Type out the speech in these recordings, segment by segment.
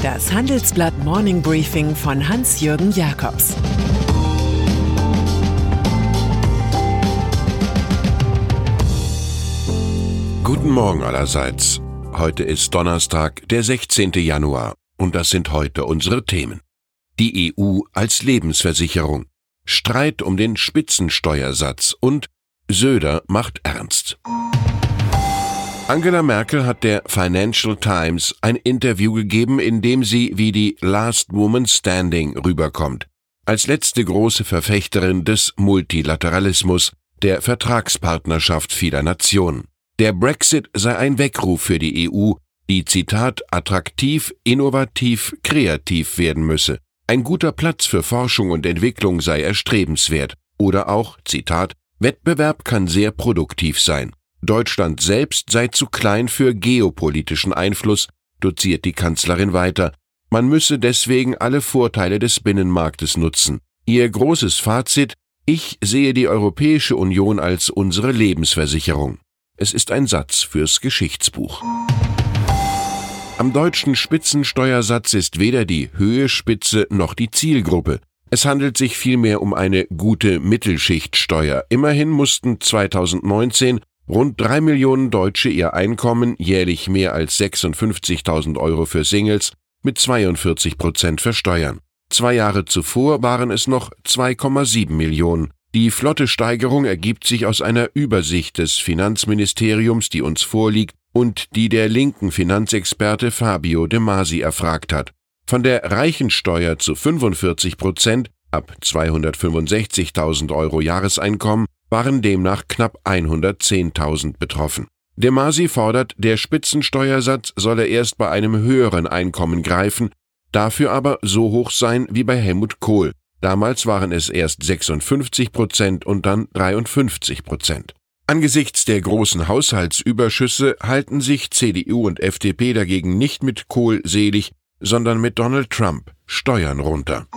Das Handelsblatt Morning Briefing von Hans-Jürgen Jakobs. Guten Morgen allerseits. Heute ist Donnerstag, der 16. Januar, und das sind heute unsere Themen. Die EU als Lebensversicherung, Streit um den Spitzensteuersatz und Söder macht ernst. Angela Merkel hat der Financial Times ein Interview gegeben, in dem sie wie die Last Woman Standing rüberkommt, als letzte große Verfechterin des Multilateralismus, der Vertragspartnerschaft vieler Nationen. Der Brexit sei ein Weckruf für die EU, die, Zitat, attraktiv, innovativ, kreativ werden müsse. Ein guter Platz für Forschung und Entwicklung sei erstrebenswert. Oder auch, Zitat, Wettbewerb kann sehr produktiv sein. Deutschland selbst sei zu klein für geopolitischen Einfluss, doziert die Kanzlerin weiter. Man müsse deswegen alle Vorteile des Binnenmarktes nutzen. Ihr großes Fazit: Ich sehe die Europäische Union als unsere Lebensversicherung. Es ist ein Satz fürs Geschichtsbuch. Am deutschen Spitzensteuersatz ist weder die Höhe Spitze noch die Zielgruppe. Es handelt sich vielmehr um eine gute Mittelschichtsteuer. Immerhin mussten 2019 rund 3 Millionen Deutsche ihr Einkommen, jährlich mehr als 56.000 Euro für Singles, mit 42% versteuern. 2 Jahre zuvor waren es noch 2,7 Millionen. Die flotte Steigerung ergibt sich aus einer Übersicht des Finanzministeriums, die uns vorliegt und die der linken Finanzexperte Fabio De Masi erfragt hat. Von der Reichensteuer zu 45% ab 265.000 Euro Jahreseinkommen waren demnach knapp 110.000 betroffen. De Masi fordert, der Spitzensteuersatz solle erst bei einem höheren Einkommen greifen, dafür aber so hoch sein wie bei Helmut Kohl. Damals waren es erst 56% und dann 53%. Angesichts der großen Haushaltsüberschüsse halten sich CDU und FDP dagegen nicht mit Kohl selig, sondern mit Donald Trump Steuern runter.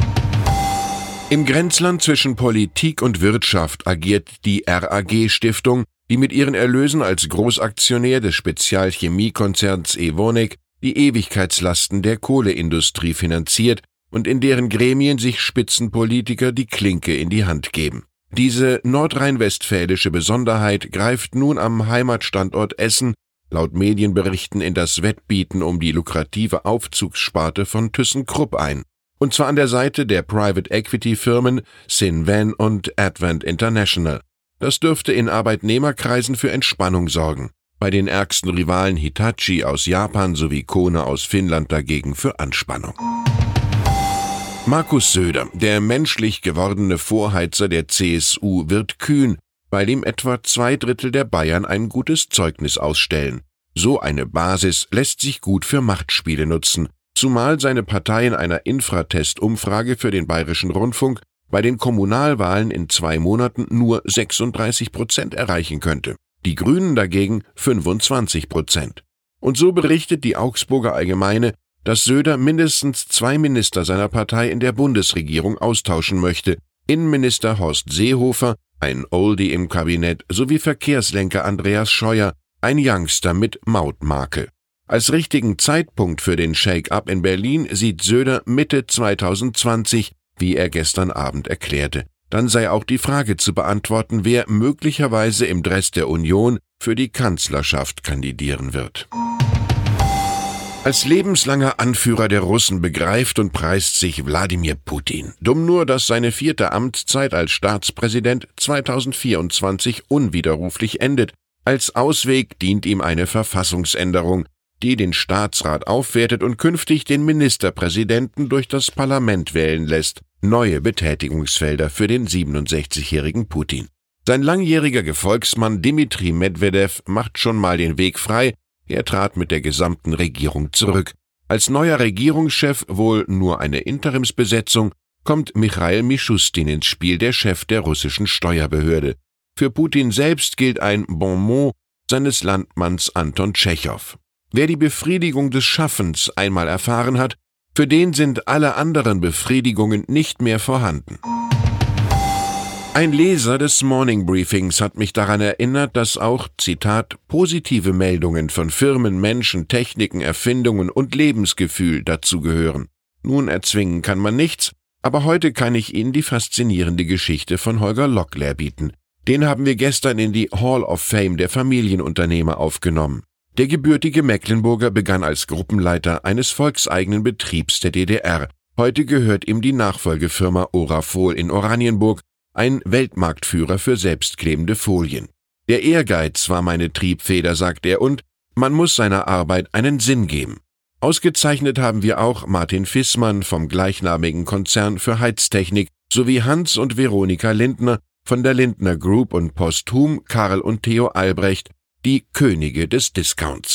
Im Grenzland zwischen Politik und Wirtschaft agiert die RAG-Stiftung, die mit ihren Erlösen als Großaktionär des Spezialchemiekonzerns Evonik die Ewigkeitslasten der Kohleindustrie finanziert und in deren Gremien sich Spitzenpolitiker die Klinke in die Hand geben. Diese nordrhein-westfälische Besonderheit greift nun am Heimatstandort Essen laut Medienberichten in das Wettbieten um die lukrative Aufzugssparte von ThyssenKrupp ein. Und zwar an der Seite der Private-Equity-Firmen Cinven und Advent International. Das dürfte in Arbeitnehmerkreisen für Entspannung sorgen. Bei den ärgsten Rivalen Hitachi aus Japan sowie Kone aus Finnland dagegen für Anspannung. Markus Söder, der menschlich gewordene Vorheizer der CSU, wird kühn, weil ihm etwa 2/3 der Bayern ein gutes Zeugnis ausstellen. So eine Basis lässt sich gut für Machtspiele nutzen, zumal seine Partei in einer Infratest-Umfrage für den Bayerischen Rundfunk bei den Kommunalwahlen in 2 Monaten nur 36% erreichen könnte. Die Grünen dagegen 25%. Und so berichtet die Augsburger Allgemeine, dass Söder mindestens 2 Minister seiner Partei in der Bundesregierung austauschen möchte: Innenminister Horst Seehofer, ein Oldie im Kabinett, sowie Verkehrslenker Andreas Scheuer, ein Youngster mit Mautmarke. Als richtigen Zeitpunkt für den Shake-up in Berlin sieht Söder Mitte 2020, wie er gestern Abend erklärte. Dann sei auch die Frage zu beantworten, wer möglicherweise im Dress der Union für die Kanzlerschaft kandidieren wird. Als lebenslanger Anführer der Russen begreift und preist sich Wladimir Putin. Dumm nur, dass seine 4. Amtszeit als Staatspräsident 2024 unwiderruflich endet. Als Ausweg dient ihm eine Verfassungsänderung, die den Staatsrat aufwertet und künftig den Ministerpräsidenten durch das Parlament wählen lässt. Neue Betätigungsfelder für den 67-jährigen Putin. Sein langjähriger Gefolgsmann Dmitri Medvedev macht schon mal den Weg frei. Er trat mit der gesamten Regierung zurück. Als neuer Regierungschef, wohl nur eine Interimsbesetzung, kommt Michail Mischustin ins Spiel, der Chef der russischen Steuerbehörde. Für Putin selbst gilt ein Bonmot seines Landsmanns Anton Tschechow. Wer die Befriedigung des Schaffens einmal erfahren hat, für den sind alle anderen Befriedigungen nicht mehr vorhanden. Ein Leser des Morning Briefings hat mich daran erinnert, dass auch, Zitat, positive Meldungen von Firmen, Menschen, Techniken, Erfindungen und Lebensgefühl dazugehören. Nun, erzwingen kann man nichts, aber heute kann ich Ihnen die faszinierende Geschichte von Holger Locklear bieten. Den haben wir gestern in die Hall of Fame der Familienunternehmer aufgenommen. Der gebürtige Mecklenburger begann als Gruppenleiter eines volkseigenen Betriebs der DDR. Heute gehört ihm die Nachfolgefirma Orafol in Oranienburg, ein Weltmarktführer für selbstklebende Folien. Der Ehrgeiz war meine Triebfeder, sagt er, und man muss seiner Arbeit einen Sinn geben. Ausgezeichnet haben wir auch Martin Fissmann vom gleichnamigen Konzern für Heiztechnik sowie Hans und Veronika Lindner von der Lindner Group und posthum Karl und Theo Albrecht, die Könige des Discounts.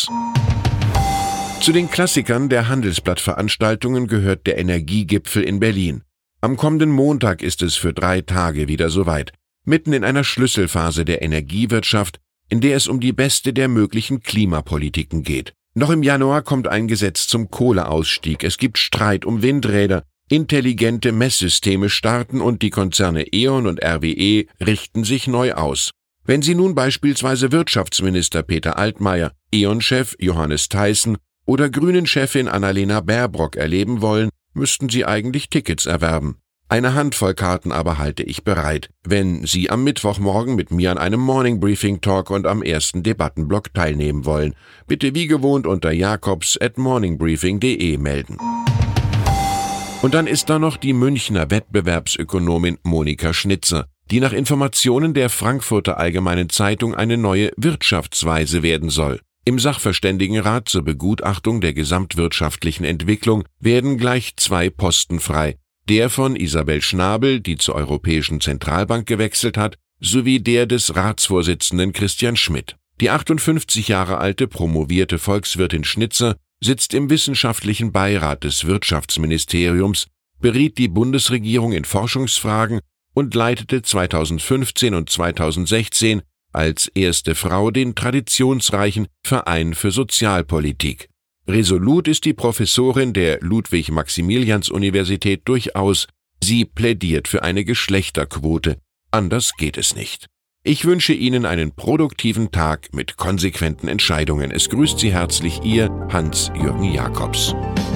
Zu den Klassikern der Handelsblattveranstaltungen gehört der Energiegipfel in Berlin. Am kommenden Montag ist es für 3 Tage wieder soweit, mitten in einer Schlüsselphase der Energiewirtschaft, in der es um die beste der möglichen Klimapolitiken geht. Noch im Januar kommt ein Gesetz zum Kohleausstieg, es gibt Streit um Windräder, intelligente Messsysteme starten und die Konzerne E.ON und RWE richten sich neu aus. Wenn Sie nun beispielsweise Wirtschaftsminister Peter Altmaier, E.ON-Chef Johannes Theissen oder Grünen-Chefin Annalena Baerbock erleben wollen, müssten Sie eigentlich Tickets erwerben. Eine Handvoll Karten aber halte ich bereit, wenn Sie am Mittwochmorgen mit mir an einem Morning Briefing Talk und am ersten Debattenblock teilnehmen wollen. Bitte wie gewohnt unter jakobs@morningbriefing.de melden. Und dann ist da noch die Münchner Wettbewerbsökonomin Monika Schnitzer, die nach Informationen der Frankfurter Allgemeinen Zeitung eine neue Wirtschaftsweise werden soll. Im Sachverständigenrat zur Begutachtung der gesamtwirtschaftlichen Entwicklung werden gleich 2 Posten frei. Der von Isabel Schnabel, die zur Europäischen Zentralbank gewechselt hat, sowie der des Ratsvorsitzenden Christian Schmidt. Die 58 Jahre alte promovierte Volkswirtin Schnitzer sitzt im wissenschaftlichen Beirat des Wirtschaftsministeriums, beriet die Bundesregierung in Forschungsfragen und leitete 2015 und 2016 als erste Frau den traditionsreichen Verein für Sozialpolitik. Resolut ist die Professorin der Ludwig-Maximilians-Universität durchaus. Sie plädiert für eine Geschlechterquote. Anders geht es nicht. Ich wünsche Ihnen einen produktiven Tag mit konsequenten Entscheidungen. Es grüßt Sie herzlich Ihr Hans-Jürgen Jakobs.